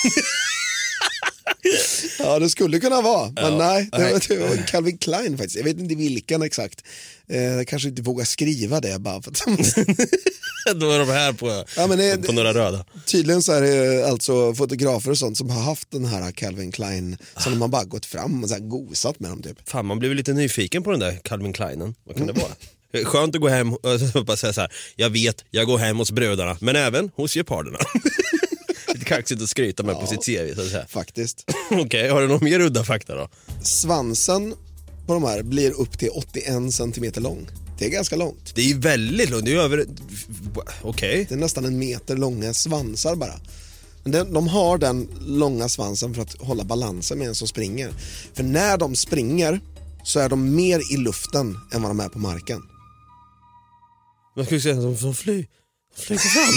S2: Ja, det skulle kunna vara, men
S5: ja,
S2: nej, det
S5: nej.
S2: var, det var Calvin Klein faktiskt. Jag vet inte vilken exakt. Eh, jag kanske inte vågar skriva det bara för att
S5: då är de här på,
S2: ja, men det,
S5: på några röda.
S2: Tydligen så är det alltså fotografer och sånt som har haft den här Calvin Klein som de har bara gått fram och så här gosat med dem typ.
S5: Fan, man blev lite nyfiken på den där Calvin Kleinen. Vad kan det vara? Skönt att gå hem och bara säga så här, jag vet, jag går hem hos bröderna, men även hos geparderna. Lite kaxigt att skryta med ja, på sitt C V så att säga.
S2: Faktiskt.
S5: Okej, okay, har du någon mer udda fakta då?
S2: Svansen på de här blir upp till åttioen centimeter lång. Det är ganska långt.
S5: Det är ju väldigt långt, det är över... Okej. Okay.
S2: Det är nästan en meter långa svansar bara. Men de, de har den långa svansen för att hålla balansen med en som springer. För när de springer så är de mer i luften än vad de är på marken.
S5: Man skulle säga att de flyger fly fram.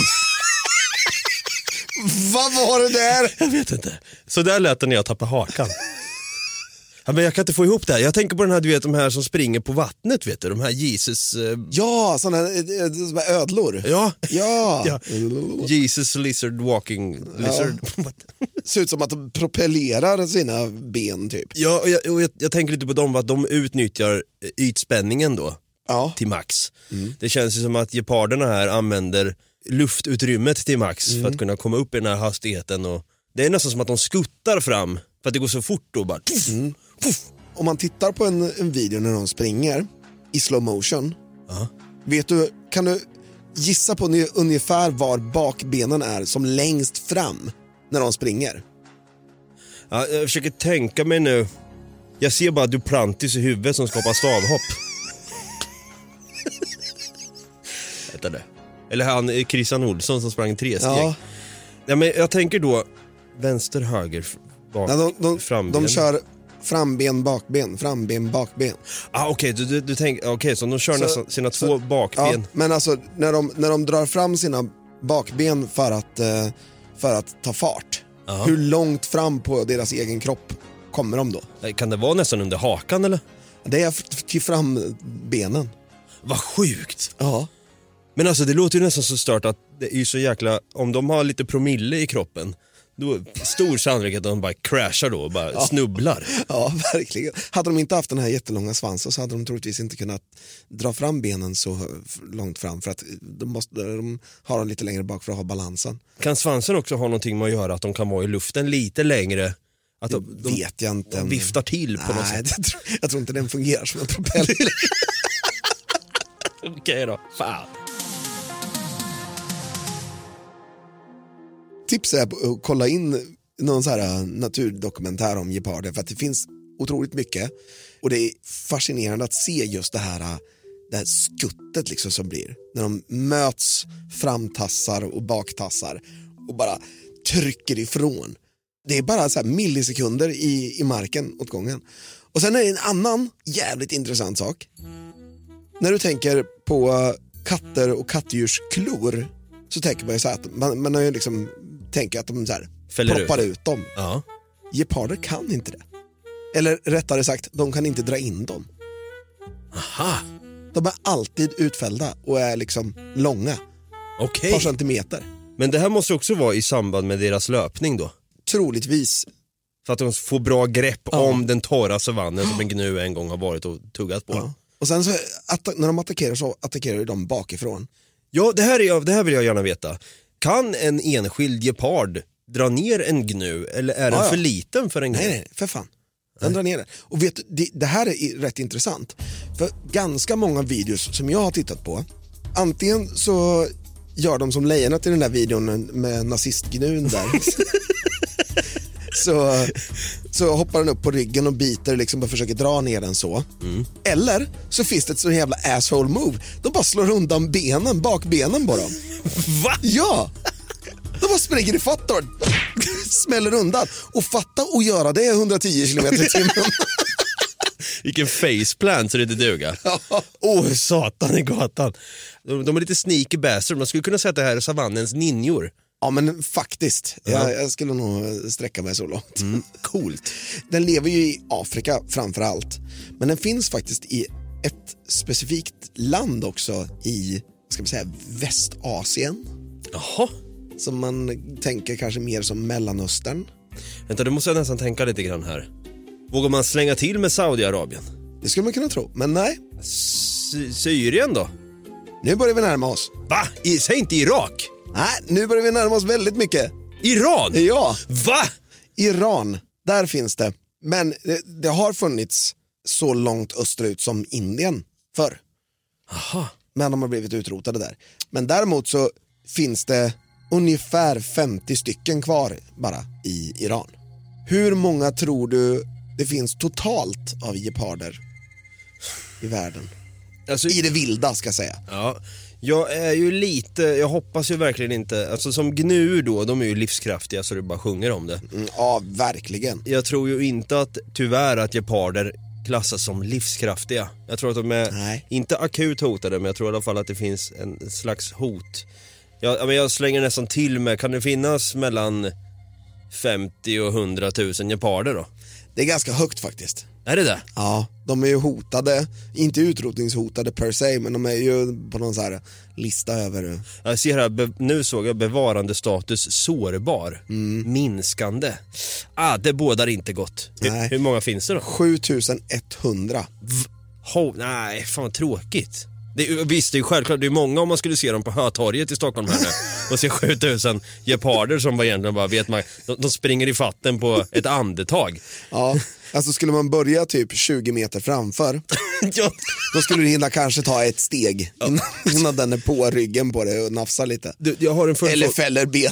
S2: Vad var det där?
S5: Jag vet inte. Så där lät det när jag tappade hakan. Ja, men jag kan inte få ihop det här. Jag tänker på den här, du vet, de här som springer på vattnet, vet du, de här Jesus... Eh...
S2: Ja, sådana här ödlor.
S5: Ja.
S2: Ja.
S5: ja. Jesus lizard walking lizard.
S2: Ja. Ser ut som att de propellerar sina ben typ.
S5: Ja, och jag, och jag, jag tänker lite på dem, att de utnyttjar ytspänningen då.
S2: Ja.
S5: Till max.
S2: Mm.
S5: Det känns ju som att geparderna här använder luftutrymmet till max mm. för att kunna komma upp i den här hastigheten. Och det är nästan som att de skuttar fram för att det går så fort då bara.
S2: Mm. Om man tittar på en, en video när de springer i slow motion.
S5: Uh-huh.
S2: Vet du, kan du gissa på ungefär var bakbenen är som längst fram när de springer?
S5: Ja, jag försöker tänka mig nu. Jag ser bara Duplantis i huvudet som skapar stavhopp. Vänta det. Eller han Christian Olsson som sprang tre steg.
S2: Ja.
S5: Ja, men jag tänker då vänster, höger, bak,
S2: ja, de, de,
S5: framben.
S2: De kör framben, bakben, framben, bakben.
S5: Ah, okej, okay. du, du, du tänker, okej, okay, så de kör så, nästan sina
S2: så,
S5: två bakben.
S2: Ja, men alltså när de, när de drar fram sina bakben för att, eh, för att ta fart. Uh-huh. Hur långt fram på deras egen kropp kommer de då?
S5: Kan det vara nästan under hakan eller?
S2: Det är till frambenen.
S5: Vad sjukt.
S2: Ja.
S5: Men alltså det låter ju nästan så stört att det är ju så jäkla, om de har lite promille i kroppen, då är stor sannolikhet att de bara crashar då och bara ja. snubblar.
S2: Ja, verkligen. Hade de inte haft den här jättelånga svansen så hade de troligtvis inte kunnat dra fram benen så långt fram för att de, måste, de har dem lite längre bak för att ha balansen.
S5: Kan svansen också ha någonting med att göra att de kan vara i luften lite längre? Att de,
S2: det vet jag inte.
S5: De viftar till på
S2: Nej,
S5: något sätt.
S2: Jag tror, jag tror inte den fungerar som en propeller.
S5: Okej okay då, fan.
S2: Tips är att kolla in någon så här naturdokumentär om geparder för att det finns otroligt mycket och det är fascinerande att se just det här, det här skuttet liksom som blir när de möts, framtassar och baktassar och bara trycker ifrån. Det är bara så här millisekunder i, i marken åt gången. Och sen är det en annan jävligt intressant sak. När du tänker på katter och kattdjurs klor så tänker man ju så här att man, man har ju liksom tänker att de så här proppar ut, ut dem.
S5: Ja.
S2: Geparder kan inte det. Eller rättare sagt, de kan inte dra in dem.
S5: Aha.
S2: De är alltid utfällda och är liksom långa.
S5: Okej.
S2: Ett par centimeter.
S5: Men det här måste också vara i samband med deras löpning då?
S2: Troligtvis.
S5: För att de får bra grepp ja. om den torra savannen som en gnu en gång har varit och tuggat på.
S2: Ja. Och sen så att, när de attackerar så attackerar de bakifrån.
S5: Ja, det här, är, det här vill jag gärna veta. Kan en enskild gepard dra ner en gnu eller är den ja, ja. för liten för en gnu?
S2: Nej, nej, för fan. Den nej. drar ner den. Och vet du, det, det här är rätt intressant. För ganska många videos som jag har tittat på, antingen så gör de som lejonet i den där videon med nazistgnun där. så, så hoppar den upp på ryggen och biter liksom och försöker dra ner den så. Mm. Eller så finns det ett så jävla asshole move. De bara slår undan benen, bakbenen på dem.
S5: Va?
S2: Ja! De bara springer i fatt och smäller undan. Och fatta och göra det hundratio kilometer i timmen.
S5: Vilken faceplant så det inte duga. Åh, oh, satan i gatan. De, de är lite sneaky bastard. Man skulle kunna säga att det här är savannens ninjor.
S2: Ja, men faktiskt. Ja. Jag, jag skulle nog sträcka mig så långt.
S5: Mm, coolt.
S2: Den lever ju i Afrika framför allt. Men den finns faktiskt i ett specifikt land också i, ska man säga, Västasien.
S5: Jaha.
S2: Som man tänker kanske mer som Mellanöstern.
S5: Vänta, du måste jag nästan tänka lite grann här. Vågar man slänga till med Saudiarabien?
S2: Det skulle man kunna tro, men nej.
S5: Sy- Syrien då?
S2: Nu börjar vi närma oss.
S5: Va? I, säg inte Irak.
S2: Nej, nu börjar vi närma oss väldigt mycket.
S5: Iran?
S2: Ja.
S5: Va?
S2: Iran, där finns det. Men det, det har funnits så långt österut som Indien förr.
S5: Aha.
S2: Men de har blivit utrotade där. Men däremot så finns det ungefär femtio stycken kvar bara i Iran. Hur många tror du det finns totalt av geparder i världen? Alltså, i det vilda ska jag säga.
S5: Ja, jag är ju lite, jag hoppas ju verkligen inte, alltså som gnu då, de är ju livskraftiga så det bara sjunger om det.
S2: Mm, ja, verkligen.
S5: Jag tror ju inte att, tyvärr, att geparder klassas som livskraftiga. Jag tror att de är Nej. inte akut hotade, men jag tror i alla fall att det finns en slags hot. Jag, men jag slänger nästan till med, kan det finnas mellan femtio och hundra tusen geparder då?
S2: Det är ganska högt faktiskt.
S5: Är det det?
S2: Ja, de är ju hotade, inte utrotningshotade per se, men de är ju på någon så här lista över.
S5: Jag ser här, be, nu såg jag bevarande status sårbar, mm. minskande. Ah, det bådar inte gott. Hur, hur många finns det då?
S2: sjutusen etthundra.
S5: V- Ho, nej, fan vad tråkigt. Det, visst, det är ju självklart, det är många om man skulle se dem på Hötorget i Stockholm här nu och se sjutusen geparder som bara egentligen bara vet man, de, de springer i fatten på ett andetag.
S2: Ja, alltså skulle man börja typ tjugo meter framför
S5: ja.
S2: Då skulle du hinna kanske ta ett steg innan, innan den är på ryggen på det och nafsar lite.
S5: Du, jag har en full
S2: Eller fäller ben.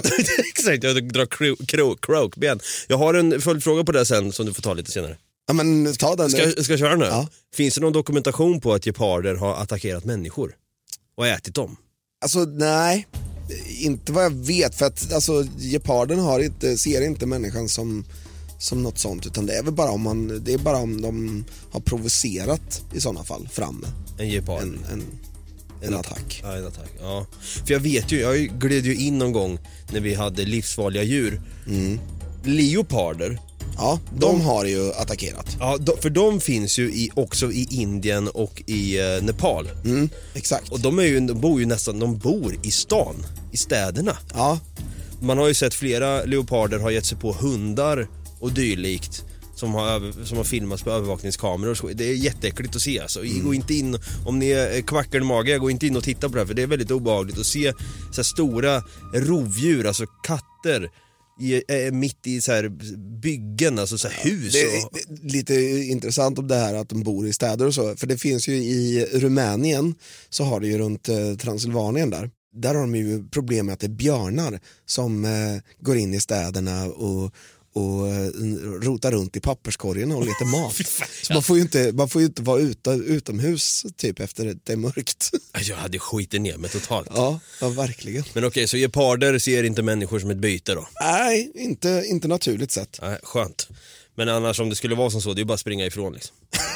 S5: Exakt, jag drar krok, krok, krokben. Jag har en följdfråga på det sen som du får ta lite senare.
S2: Ja, men ta den.
S5: Ska, ska jag köra nu?
S2: Ja.
S5: Finns det någon dokumentation på att geparder har attackerat människor och ätit dem?
S2: Alltså nej, inte vad jag vet, för att alltså, geparden har inte, ser inte människan som, som något sånt, utan det är väl bara om man, det är bara om de har provocerat i sådana fall fram
S5: en gepard.
S2: En, en, en, en attack. attack.
S5: Ja, en attack. Ja. För jag vet ju, jag gled ju in någon gång när vi hade livsfarliga djur.
S2: Mm.
S5: Leoparder.
S2: Ja, de, de har ju attackerat.
S5: Ja, de, för de finns ju i, också i Indien och i eh, Nepal.
S2: Mm, exakt.
S5: Och de, är ju, de bor ju nästan, de bor i stan, i städerna.
S2: Ja.
S5: Man har ju sett flera leoparder har gett sig på hundar och dylikt som har, som har filmats på övervakningskameror. Det är jätteäckligt att se. Alltså. Mm. Gå inte in, om ni är kvackelmage, gå inte in och titta på det här, för det är väldigt obehagligt att se så här stora rovdjur, alltså katter, I, är mitt i så här byggen, alltså så här hus.
S2: Det är, det är lite intressant om det här att de bor i städer och så, för det finns ju i Rumänien, så har det ju runt eh, Transylvanien där. Där har de ju problem med att det är björnar som eh, går in i städerna och, och eh, rotar runt i papperskorgen och letar mat. Så man får ju inte, man får ju inte vara ute, utomhus typ efter att det är mörkt.
S5: Jag hade skiten ner mig totalt.
S2: Ja, ja verkligen.
S5: Men okej, så geparder ser inte människor som ett byte då?
S2: Nej, inte, inte naturligt sett.
S5: Nej, skönt. Men annars om det skulle vara som så, det är ju bara att springa ifrån liksom.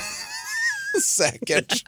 S2: Säkert.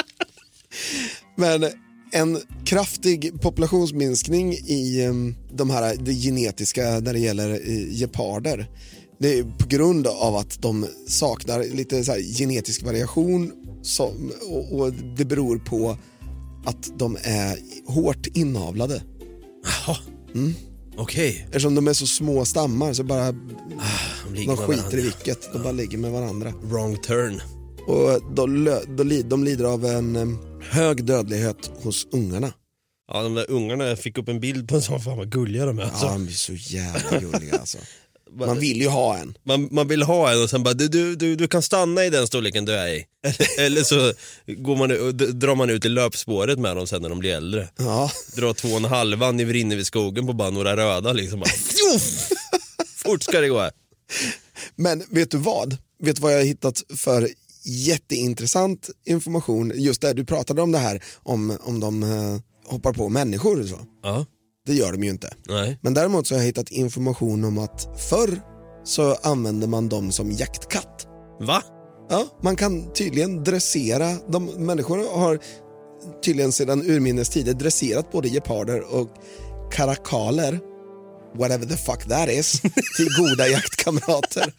S2: Men en kraftig populationsminskning i um, de här det genetiska när det gäller uh, geparder. Det är på grund av att de saknar lite så här genetisk variation som, och, och det beror på att de är hårt inavlade.
S5: Jaha,
S2: mm.
S5: okej. Okay.
S2: Eftersom de är så små stammar så bara ah,
S5: de,
S2: de skiter i vilket, de bara ligger med varandra.
S5: Wrong turn.
S2: Och de, de, de lider av en um, hög dödlighet hos ungarna.
S5: Ja, de där ungarna, jag fick upp en bild på en sån, fan vad gulliga de är. Alltså.
S2: Ja, de är så jävla gulliga alltså. Man vill ju ha en.
S5: Man, man vill ha en och sen bara, du, du, du, du kan stanna i den storleken du är i. Eller, eller så går man, drar man ut i löpspåret med dem sen när de blir äldre.
S2: Ja.
S5: Drar två och en halvan, ni brinner vid skogen på bara några röda liksom. Bara, fort ska det gå.
S2: Men vet du vad? Vet du vad jag har hittat för jätteintressant information? Just där du pratade om det här, om, om de uh, hoppar på människor och så.
S5: Ja.
S2: Det gör de ju inte.
S5: Nej.
S2: Men däremot så har jag hittat information om att förr så använder man dem som jaktkatt.
S5: Va?
S2: Ja, man kan tydligen dressera. De människor har tydligen sedan urminnes tider dresserat både geparder och karakaler, whatever the fuck that is, till goda jaktkamrater.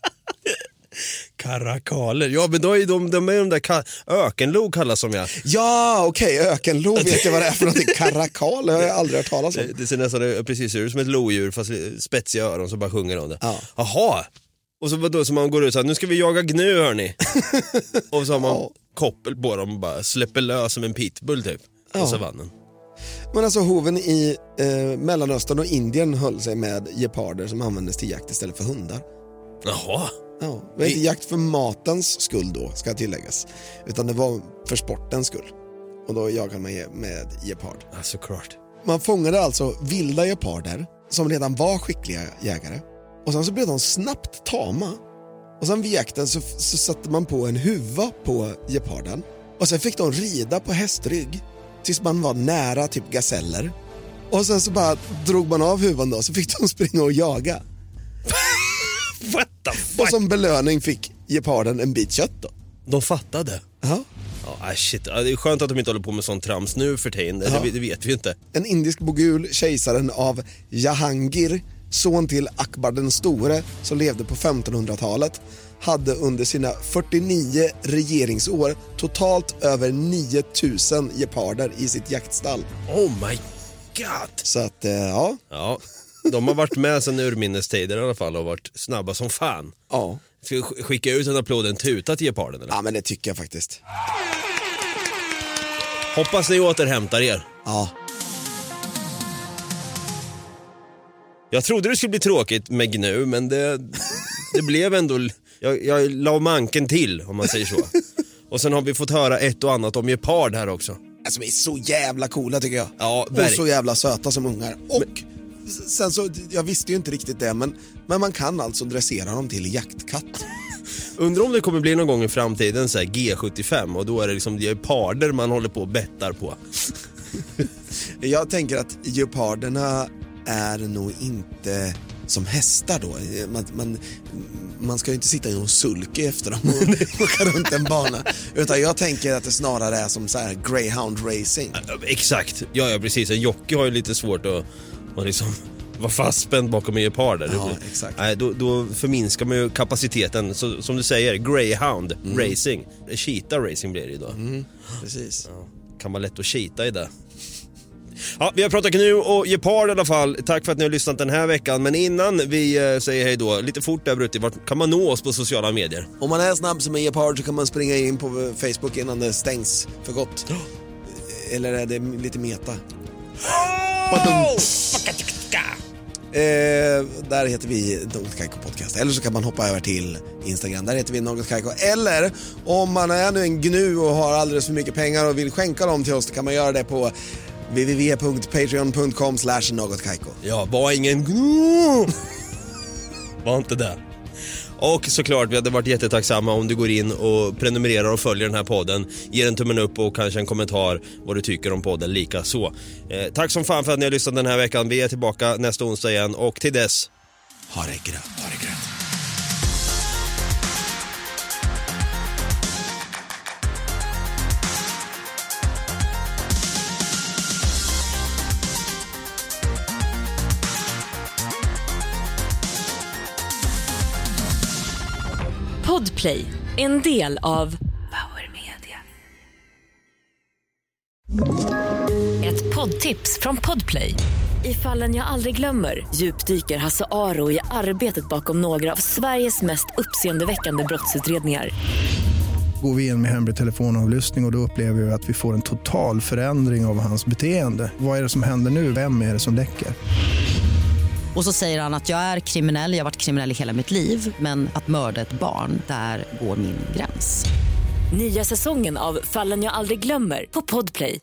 S5: Karakaler, ja men då är de, de är de där ka- ökenlo kallas som jag.
S2: Ja, okej, okay, ökenlo vet jag vad det är för någonting. Karakal har jag aldrig hört talas om.
S5: Det, det ser nästan precis ut som ett lodjur fast spetsiga öron så bara sjunger om det.
S2: Ja.
S5: Jaha, och så då som man går ut så här, nu ska vi jaga gnu hörni. Och så har man ja. koppel på dem och bara släpper lös som en pitbull typ på ja. savannen.
S2: Men alltså hoven i eh, Mellanöstern och Indien höll sig med geparder som användes till jakt istället för hundar.
S5: Jaha.
S2: Ja, det var inte jakt för matens skull då, ska tilläggas. Utan det var för sportens skull. Och då jagade man med gepard.
S5: Ja, såklart.
S2: Man fångade alltså vilda geparder som redan var skickliga jägare. Och sen så blev de snabbt tama. Och sen vid jakten så, så satte man på en huva på geparden. Och sen fick de rida på hästrygg tills man var nära typ gaseller. Och sen så bara drog man av huvan då, så fick de springa och jaga.
S5: What the fuck?
S2: Och som belöning fick geparden en bit kött då.
S5: De fattade.
S2: Ja.
S5: Ja, shit. Det är skönt att de inte håller på med sån trams nu för tiden. Det, det vet vi inte.
S2: En indisk bogul, kejsaren av Jahangir, son till Akbar den store, som levde på femtonhundratalet, hade under sina fyrtionio regeringsår totalt över nio tusen geparder i sitt jaktstall.
S5: Oh my god.
S2: Så att, ja.
S5: Ja. De har varit med sedan urminnestider i alla fall och varit snabba som fan.
S2: Ja.
S5: Ska vi skicka ut en applåd, en tuta till geparden eller?
S2: Ja, men det tycker jag faktiskt.
S5: Hoppas ni återhämtar er.
S2: Ja.
S5: Jag trodde det skulle bli tråkigt med gnu, men det, det blev ändå... Jag, jag la manken till, om man säger så. Och sen har vi fått höra ett och annat om gepard här också.
S2: Alltså de är så jävla coola tycker jag.
S5: Ja,
S2: och så jävla söta som ungar. Och men... sen så, jag visste ju inte riktigt det, men, men man kan alltså dressera dem till jaktkatt.
S5: Undrar om det kommer bli någon gång i framtiden så här G sjuttiofem och då är det liksom geparder man håller på och bettar på.
S2: Jag tänker att geparderna är nog inte som hästar då. Man, man, man ska ju inte sitta i någon sulke efter dem och åka runt en bana. Utan jag tänker att det snarare är som så här greyhound racing.
S5: Exakt, ja, ja precis. En jockey har ju lite svårt att, att liksom vara fastspänd bakom en gepard.
S2: Ja, exakt.
S5: Nej, då, då förminskar man ju kapaciteten. Så, som du säger, greyhound mm. racing. Cheetah racing blir det idag.
S2: Mm, precis.
S5: Ja, kan vara lätt att cheata i det. Ja, vi har pratat nu och gepard i alla fall. Tack för att ni har lyssnat den här veckan. Men innan vi eh, säger hej då, lite fort där Brutti, vart kan man nå oss på sociala medier?
S2: Om man är snabb som en gepard så kan man springa in på Facebook innan det stängs för gott. Eller är det lite meta?
S5: Oh!
S2: Eh, där heter vi Något Kaiko Podcast. Eller så kan man hoppa över till Instagram. Där heter vi Något Kaiko. Eller om man är nu en gnu och har alldeles för mycket pengar och vill skänka dem till oss, så kan man göra det på w w w punkt patreon punkt com slash något kaiko.
S5: Ja, var ingen gnu. Var inte det. Och såklart, vi hade varit jättetacksamma om du går in och prenumererar och följer den här podden. Ger en tummen upp och kanske en kommentar vad du tycker om podden lika så. Eh, tack som fan för att ni har lyssnat den här veckan. Vi är tillbaka nästa onsdag igen och till dess,
S2: ha det grönt, ha det grönt.
S11: Podplay, en del av Power Media. Ett poddtips från Podplay. I Fallen jag aldrig glömmer djupdyker Hasse Aro i arbetet bakom några av Sveriges mest uppseendeväckande brottsutredningar.
S12: Går vi in med hemlig telefonavlyssning och, och då upplever vi att vi får en total förändring av hans beteende. Vad är det som händer nu? Vem är det som läcker?
S13: Och så säger han att jag är kriminell, jag har varit kriminell i hela mitt liv. Men att mörda ett barn, där går min gräns.
S11: Nya säsongen av Fallen jag aldrig glömmer på Podplay.